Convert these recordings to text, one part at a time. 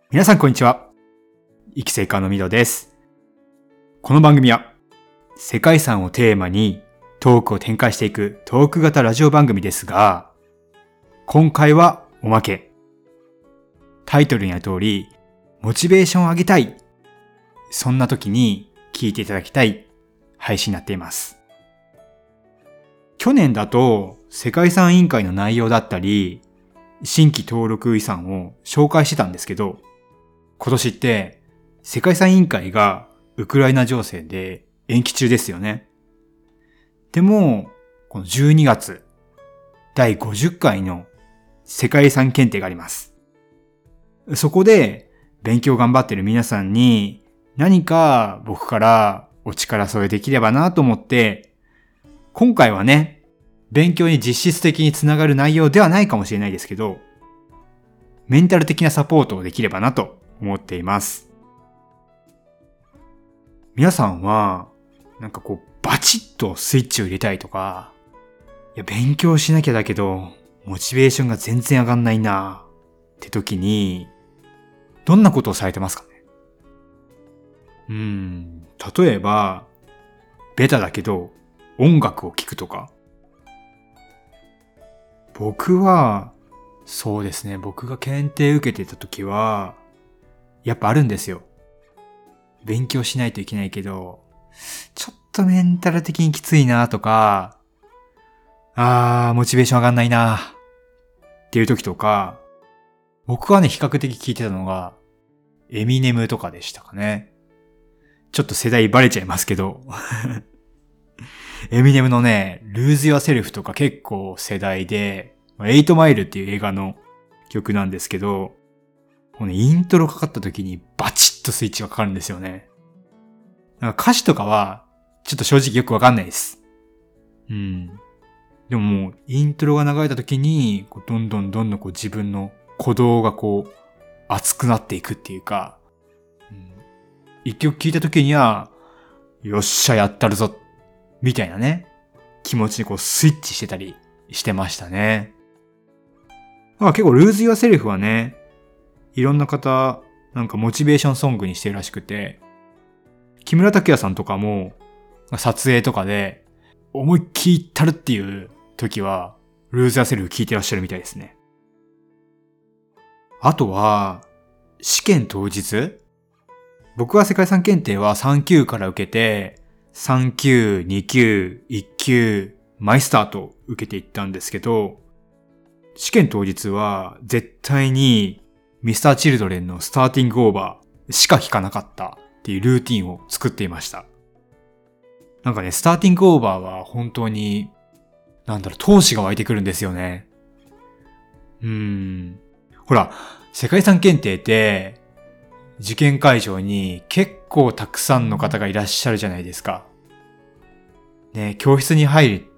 皆さんこんにちは。育成家のミドです。この番組は世界遺産をテーマにトークを展開していくトーク型ラジオ番組ですが、今回はおまけ。タイトルにある通り、モチベーションを上げたい。そんな時に聞いていただきたい配信になっています。去年だと世界遺産委員会の内容だったり、新規登録遺産を紹介してたんですけど、今年って世界遺産委員会がウクライナ情勢で延期中ですよね。でも、この12月、第50回の世界遺産検定があります。そこで勉強頑張ってる皆さんに何か僕からお力添えできればなと思って、今回はね、勉強に実質的につながる内容ではないかもしれないですけど、メンタル的なサポートをできればなと思っています。皆さんは、バチッとスイッチを入れたいとか、勉強しなきゃだけど、モチベーションが全然上がんないなって時に、どんなことをされてますかね？例えば、ベタだけど、音楽を聴くとか。僕は、そうですね、僕が検定受けてた時は、やっぱあるんですよ。勉強しないといけないけど、ちょっとメンタル的にきついなとか、モチベーション上がんないなっていう時とか、僕はね、比較的聞いてたのが、エミネムとかでしたかね。ちょっと世代バレちゃいますけど。エミネムのね、Lose Yourself とか結構世代で、8マイルっていう映画の曲なんですけど、このイントロかかった時にバチッとスイッチがかかるんですよね。歌詞とかはちょっと正直よくわかんないです。でももうイントロが流れた時にどんどん自分の鼓動が熱くなっていくっていうか、一曲聴いた時にはよっしゃやったるぞみたいなね気持ちにスイッチしてたりしてましたね。結構Lose Yourselfはね、いろんな方、モチベーションソングにしてるらしくて、木村拓哉さんとかも、撮影とかで、思いっきりいったるっていう時は、Lose Yourself聴いてらっしゃるみたいですね。あとは、試験当日？僕は世界遺産検定は3級から受けて、3級、2級、1級、マイスターと受けていったんですけど、試験当日は絶対にMr.Children のスターティングオーバーしか聞かなかったっていうルーティンを作っていました。スターティングオーバーは本当に、闘志が湧いてくるんですよね。ほら、世界遺産検定って、受験会場に結構たくさんの方がいらっしゃるじゃないですか。ね、教室に入って、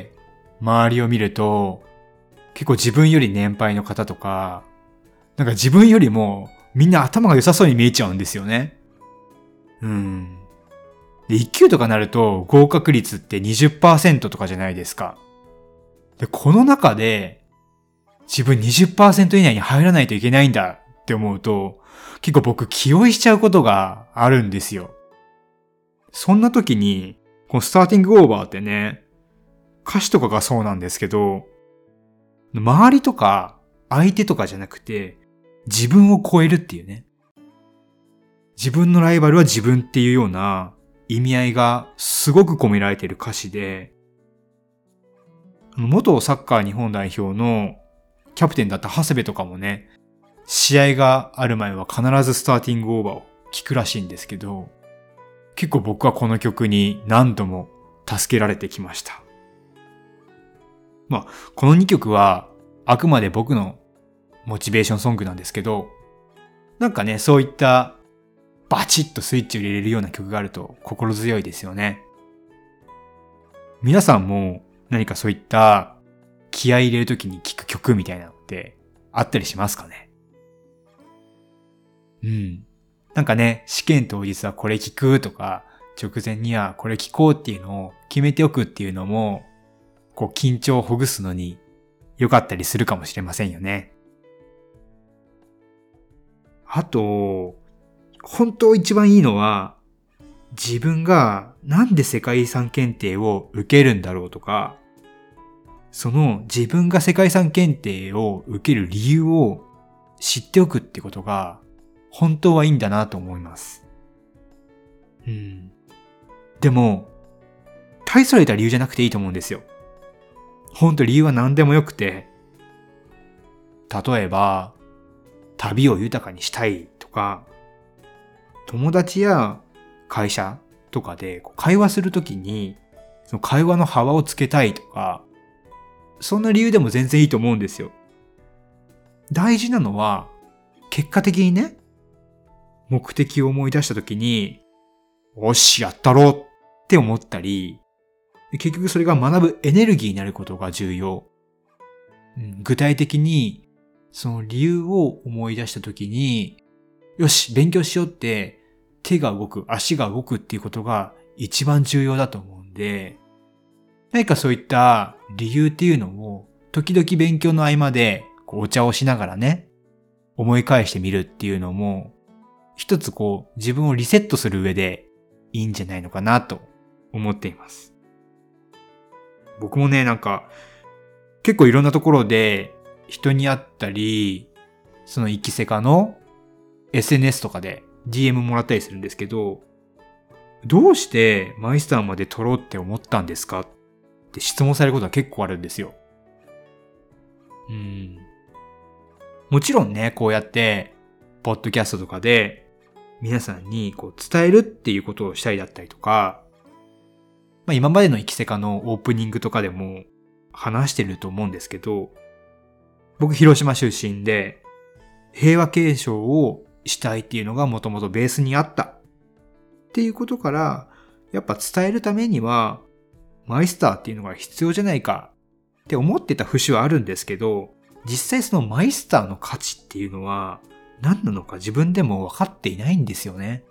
周りを見ると、結構自分より年配の方とか、自分よりもみんな頭が良さそうに見えちゃうんですよね。で、1級とかなると合格率って 20% とかじゃないですか。で、この中で自分 20% 以内に入らないといけないんだって思うと、結構僕気負いしちゃうことがあるんですよ。そんな時に、このスターティングオーバーってね、歌詞とかがそうなんですけど、周りとか相手とかじゃなくて、自分を超えるっていうね。自分のライバルは自分っていうような意味合いがすごく込められている歌詞で、元サッカー日本代表のキャプテンだった長谷部とかもね、試合がある前は必ずスターティングオーバーを聞くらしいんですけど、結構僕はこの曲に何度も助けられてきました。この2曲はあくまで僕のモチベーションソングなんですけど、そういったバチッとスイッチを入れれるような曲があると心強いですよね。皆さんも何かそういった気合い入れるときに聴く曲みたいなのってあったりしますかね？試験当日はこれ聴くとか、直前にはこれ聴こうっていうのを決めておくっていうのも、緊張をほぐすのに良かったりするかもしれませんよね。 あと、本当一番いいのは、自分がなんで世界遺産検定を受けるんだろうとか、その自分が世界遺産検定を受ける理由を知っておくってことが本当はいいんだなと思います。でも、大それた理由じゃなくていいと思うんですよ。本当理由は何でもよくて、例えば、旅を豊かにしたいとか、友達や会社とかで会話するときに、その会話の幅をつけたいとか、そんな理由でも全然いいと思うんですよ。大事なのは、結果的にね、目的を思い出したときに、おし、やったろうって思ったり、結局それが学ぶエネルギーになることが重要。具体的に、その理由を思い出したときに、よし、勉強しようって手が動く、足が動くっていうことが一番重要だと思うんで、何かそういった理由っていうのを時々勉強の合間でお茶をしながらね、思い返してみるっていうのも、一つ自分をリセットする上でいいんじゃないのかなと思っています。僕もね、結構いろんなところで人に会ったり、その生きせかの SNS とかで DM もらったりするんですけど、どうしてマイスターまで取ろうって思ったんですかって質問されることは結構あるんですよ。もちろんね、こうやってポッドキャストとかで皆さんに伝えるっていうことをしたりだったりとか、今までの生きせかのオープニングとかでも話してると思うんですけど、僕広島出身で平和継承をしたいっていうのがもともとベースにあったっていうことから、やっぱ伝えるためにはマイスターっていうのが必要じゃないかって思ってた節はあるんですけど、実際そのマイスターの価値っていうのは何なのか自分でも分かっていないんですよね。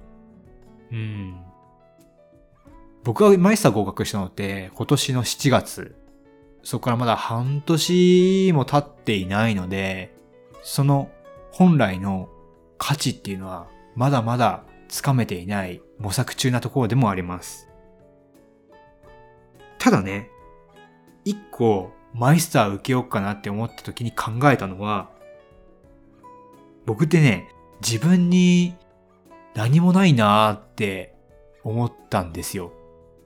僕がマイスター合格したのって今年の7月。そこからまだ半年も経っていないので、その本来の価値っていうのはまだまだつかめていない模索中なところでもあります。ただね、一個マイスター受けようかなって思った時に考えたのは、僕ってね、自分に何もないなーって思ったんですよ。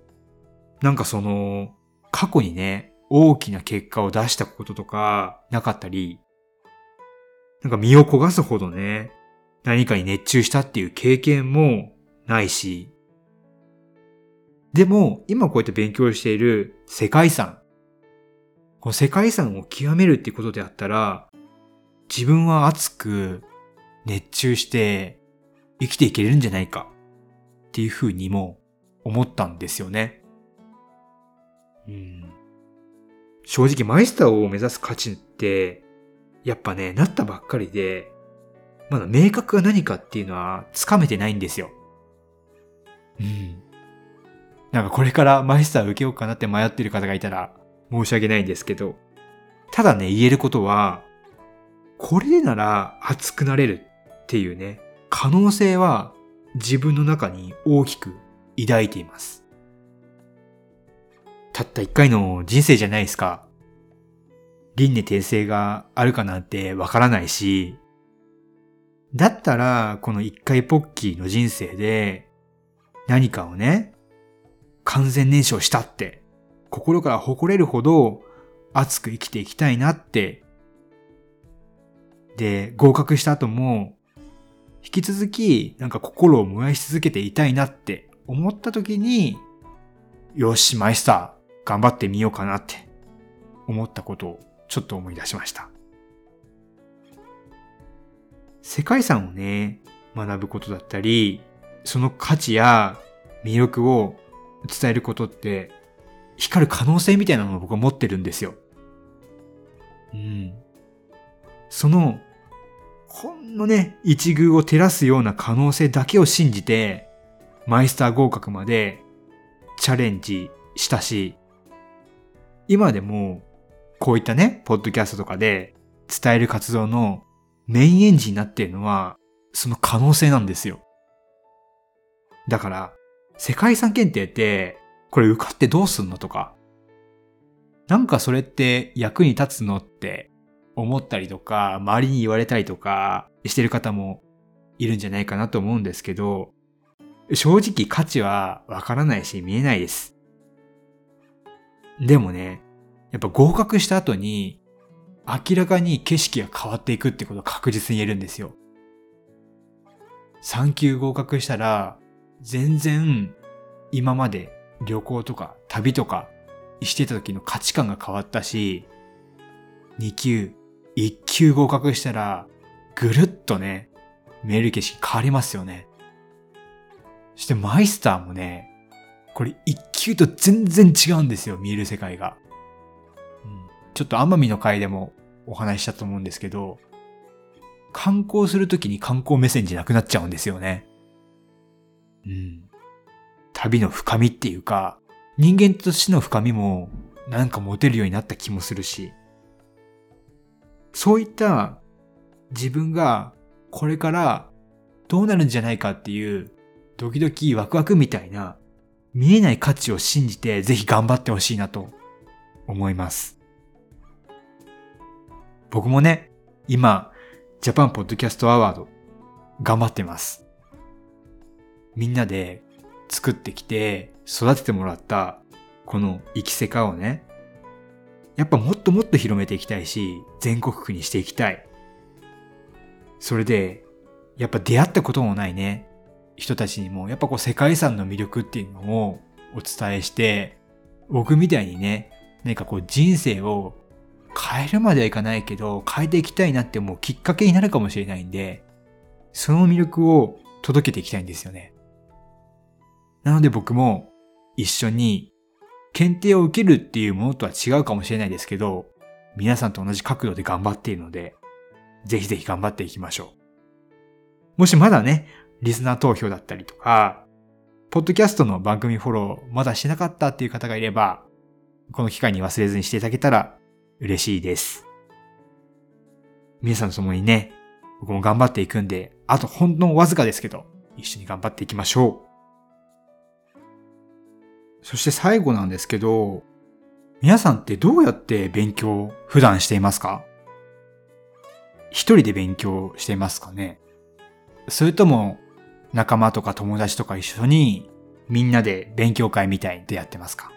過去にね、大きな結果を出したこととかなかったり、身を焦がすほどね、何かに熱中したっていう経験もないし、でも今こうやって勉強している世界遺産、この世界遺産を極めるっていうことであったら、自分は熱く熱中して生きていけるんじゃないかっていうふうにも思ったんですよね。正直マイスターを目指す価値って、やっぱね、なったばっかりで、まだ明確が何かっていうのはつかめてないんですよ。これからマイスター受けようかなって迷ってる方がいたら申し訳ないんですけど、ただね、言えることは、これでなら熱くなれるっていうね、可能性は自分の中に大きく抱いています。たった一回の人生じゃないですか。輪廻転生があるかなんてわからないし、だったらこの一回ポッキーの人生で何かをね、完全燃焼したって心から誇れるほど熱く生きていきたいなって。で、合格した後も引き続き心を燃やし続けていたいなって思った時に、よしマイスター頑張ってみようかなって思ったことをちょっと思い出しました。世界遺産をね、学ぶことだったり、その価値や魅力を伝えることって、光る可能性みたいなのを僕は持ってるんですよ。その、ほんのね、一遇を照らすような可能性だけを信じて、マイスター合格までチャレンジしたし、今でもこういったね、ポッドキャストとかで伝える活動のメインエンジンになっているのは、 その可能性なんですよ。だから、世界遺産検定って、これ受かってどうすんのとか、なんかそれって役に立つのって思ったりとか、周りに言われたりとかしてる方もいるんじゃないかなと思うんですけど、正直価値はわからないし見えないです。でもね、やっぱ合格した後に明らかに景色が変わっていくってことは確実に言えるんですよ。3級合格したら全然今まで旅行とか旅とかしてた時の価値観が変わったし、2級、1級合格したらぐるっとね、見える景色変わりますよね。そしてマイスターもね、これ1級と全然違うんですよ、見える世界が。ちょっと奄美の回でもお話ししたと思うんですけど、観光するときに観光目線じゃなくなっちゃうんですよね。旅の深みっていうか、人間としての深みもなんか持てるようになった気もするし、そういった自分がこれからどうなるんじゃないかっていうドキドキワクワクみたいな見えない価値を信じてぜひ頑張ってほしいなと思います。僕もね、今ジャパンポッドキャストアワード頑張ってます。みんなで作ってきて育ててもらったこの生きせかをね、やっぱもっともっと広めていきたいし、全国区にしていきたい。それで、やっぱ出会ったこともないね、人たちにもやっぱこう世界遺産の魅力っていうのをお伝えして、僕みたいにね、何かこう人生を変えるまではいかないけど、変えていきたいなって思うきっかけになるかもしれないんで、その魅力を届けていきたいんですよね。なので僕も一緒に検定を受けるっていうものとは違うかもしれないですけど、皆さんと同じ角度で頑張っているので、ぜひぜひ頑張っていきましょう。もしまだね、リスナー投票だったりとか、ポッドキャストの番組フォローまだしてなかったっていう方がいれば、この機会に忘れずにしていただけたら嬉しいです。皆さんと共にね、僕も頑張っていくんで、あとほんのわずかですけど、一緒に頑張っていきましょう。そして最後なんですけど、皆さんってどうやって勉強普段していますか？一人で勉強していますかね？それとも仲間とか友達とか一緒にみんなで勉強会みたいでやってますか？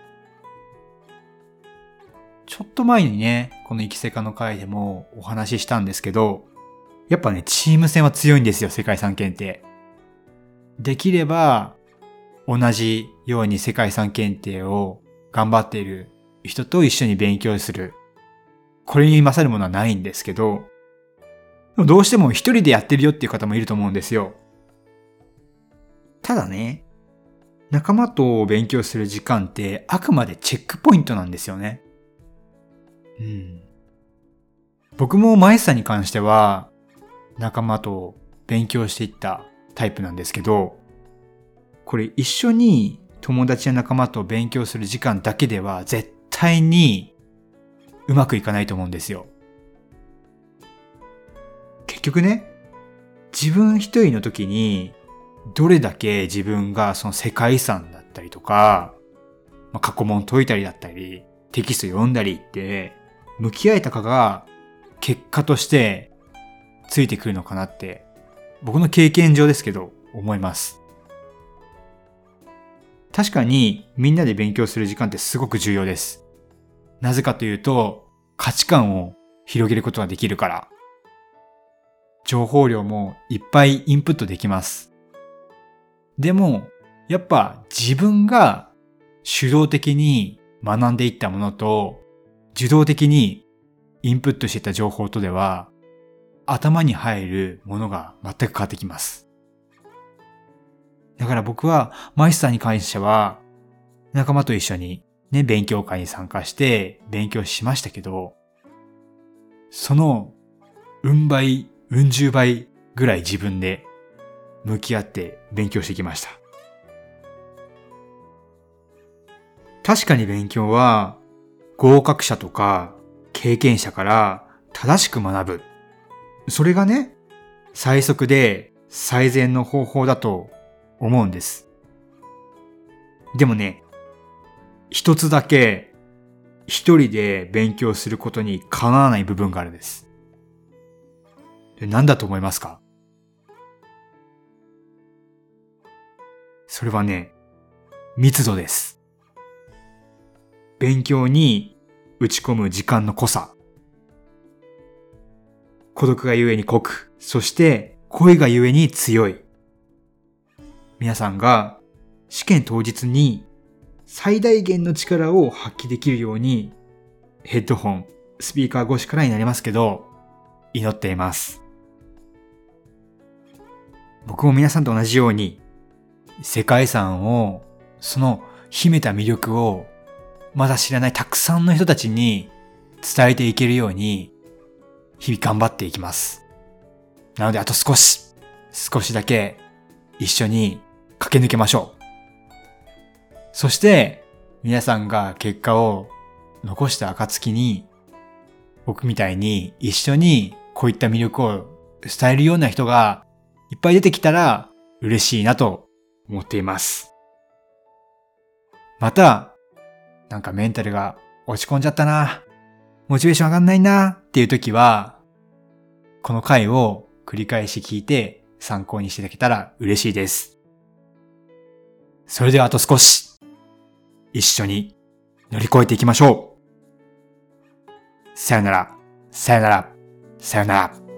ちょっと前にね、この生きせかの会でもお話ししたんですけど、やっぱね、チーム戦は強いんですよ、世界遺産検定。できれば同じように世界遺産検定を頑張っている人と一緒に勉強する。これに勝るものはないんですけど、どうしても一人でやってるよっていう方もいると思うんですよ。ただね、仲間と勉強する時間ってあくまでチェックポイントなんですよね。僕もマイスターに関しては仲間と勉強していったタイプなんですけど、これ一緒に友達や仲間と勉強する時間だけでは絶対にうまくいかないと思うんですよ。結局ね、自分一人の時にどれだけ自分がその世界遺産だったりとか、過去問解いたりだったり、テキスト読んだりって向き合えたかが結果としてついてくるのかなって僕の経験上ですけど思います。確かにみんなで勉強する時間ってすごく重要です。なぜかというと価値観を広げることができるから。情報量もいっぱいインプットできます。でもやっぱ自分が主導的に学んでいったものと受動的にインプットしていった情報とでは頭に入るものが全く変わってきます。だから僕はマイスターに関しては仲間と一緒にね、勉強会に参加して勉強しましたけど、そのうん倍、うん十倍ぐらい自分で向き合って勉強してきました。確かに勉強は合格者とか経験者から正しく学ぶ。それがね、最速で最善の方法だと思うんです。でもね、一つだけ一人で勉強することにかなわない部分があるんです。で、何だと思いますか？それはね、密度です。勉強に打ち込む時間の濃さ。孤独がゆえに濃く、そして恋がゆえに強い。皆さんが試験当日に最大限の力を発揮できるように、ヘッドホン、スピーカー越しからになりますけど、祈っています。僕も皆さんと同じように、世界遺産を、その秘めた魅力を、まだ知らないたくさんの人たちに伝えていけるように、日々頑張っていきます。なのであと少しだけ一緒に駆け抜けましょう。そして皆さんが結果を残した暁に、僕みたいに一緒にこういった魅力を伝えるような人がいっぱい出てきたら嬉しいなと思っています。また、なんかメンタルが落ち込んじゃったな、モチベーション上がんないなっていう時は、この回を繰り返し聞いて参考にしていただけたら嬉しいです。それではあと少し、一緒に乗り越えていきましょう。さよなら、さよなら、さよなら。